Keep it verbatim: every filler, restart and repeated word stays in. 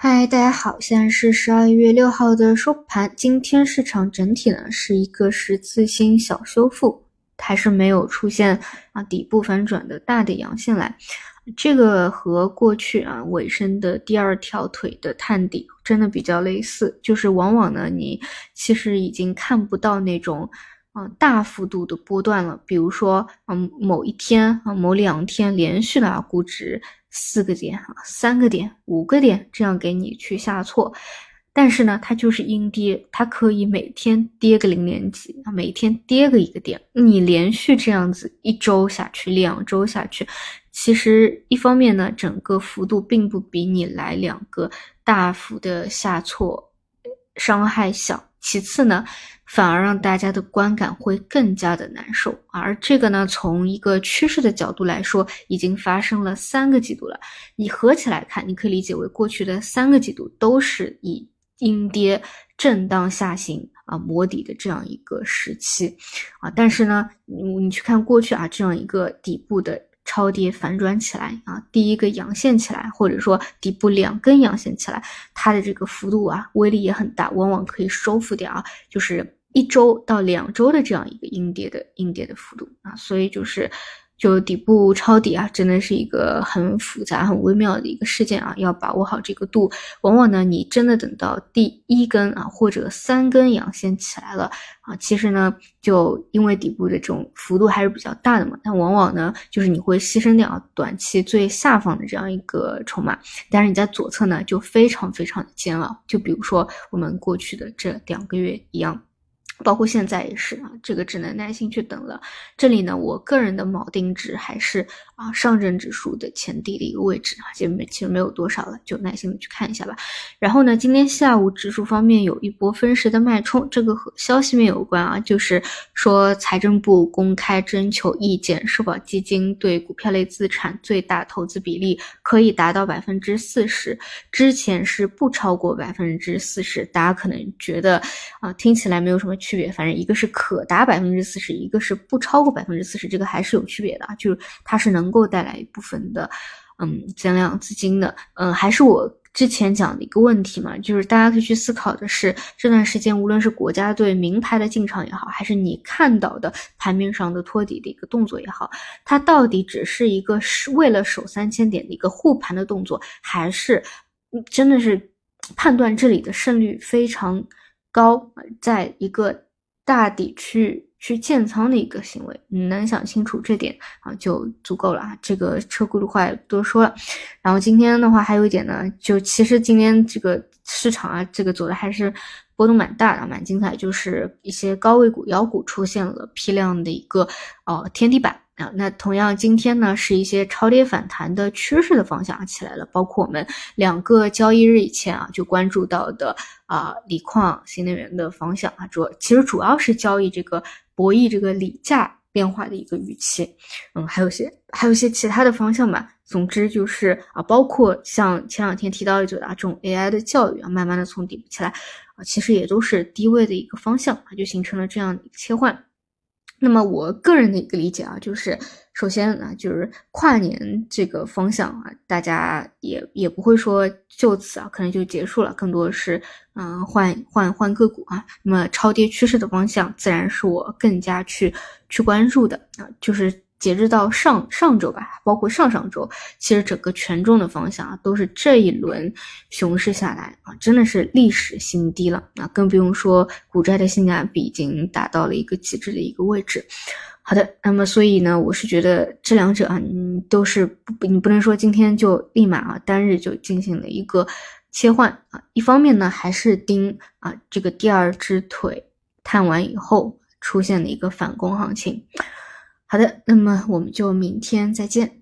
嗨，大家好，现在是十二月六号的收盘。今天市场整体呢是一个十字星小修复，还是没有出现啊底部反转的大的阳线来。这个和过去啊尾声的第二条腿的探底真的比较类似，就是往往呢你其实已经看不到那种嗯、呃、大幅度的波段了，比如说嗯某一天啊某两天连续的啊估值四个点啊三个点五个点这样给你去下挫。但是呢它就是阴跌，它可以每天跌个零点几，每天跌个一个点，你连续这样子一周下去两周下去，其实一方面呢整个幅度并不比你来两个大幅的下挫伤害小，其次呢反而让大家的观感会更加的难受。而这个呢从一个趋势的角度来说已经发生了三个季度了，你合起来看，你可以理解为过去的三个季度都是以阴跌震荡下行啊磨底的这样一个时期啊，但是呢你你去看过去啊这样一个底部的超跌反转起来啊，第一个阳线起来，或者说底部两根阳线起来，它的这个幅度啊威力也很大，往往可以收复掉啊就是一周到两周的这样一个阴跌的阴跌的幅度啊，所以就是就底部抄底啊，真的是一个很复杂很微妙的一个事件啊，要把握好这个度。往往呢你真的等到第一根啊或者三根阳线起来了啊，其实呢就因为底部的这种幅度还是比较大的嘛，但往往呢就是你会牺牲掉短期最下方的这样一个筹码，但是你在左侧呢就非常非常的煎熬，就比如说我们过去的这两个月一样，包括现在也是啊，这个只能耐心去等了。这里呢我个人的锚定值还是啊上证指数的前低的一个位置啊，其实没其实没有多少了，就耐心的去看一下吧。然后呢今天下午指数方面有一波分时的脉冲，这个和消息面有关啊，就是说财政部公开征求意见，社保基金对股票类资产最大投资比例可以达到百分之四十，之前是不超过百分之四十，大家可能觉得啊听起来没有什么区别，反正一个是可达百分之四十，一个是不超过百分之四十，这个还是有区别的啊，就是它是能够带来一部分的嗯增量资金的。嗯，还是我之前讲的一个问题嘛，就是大家可以去思考的是，这段时间无论是国家队名牌的进场也好，还是你看到的盘面上的托底的一个动作也好，它到底只是一个是为了守三千点的一个护盘的动作，还是真的是判断这里的胜率非常高，在一个大底去去建仓的一个行为，你能想清楚这点啊就足够了啊。这个车轱辘话也不多说了。然后今天的话还有一点呢，就其实今天这个市场啊，这个走的还是波动蛮大的，蛮精彩，就是一些高位股、妖股出现了批量的一个呃天地板。啊，那同样今天呢是一些超跌反弹的趋势的方向起来了，包括我们两个交易日以前啊就关注到的啊锂矿新能源的方向啊，主其实主要是交易这个博弈这个锂价变化的一个预期，嗯，还有些还有一些其他的方向吧。总之就是啊，包括像前两天提到的啊这种 A I 的教育啊，慢慢的从底部起来啊，其实也都是低位的一个方向啊，就形成了这样的一个切换。那么我个人的一个理解啊，就是首先啊，就是跨年这个方向啊，大家也也不会说就此啊，可能就结束了，更多的是嗯换换换个股啊。那么超跌趋势的方向，自然是我更加去去关注的啊，就是截至到上上周吧，包括上上周，其实整个权重的方向啊，都是这一轮熊市下来啊，真的是历史新低了啊，更不用说股债的性价比已经达到了一个极致的一个位置。好的，那么所以呢，我是觉得这两者啊，你都是不，你不能说今天就立马啊单日就进行了一个切换啊。一方面呢，还是盯啊这个第二只腿探完以后出现的一个反攻行情。好的，那么我们就明天再见。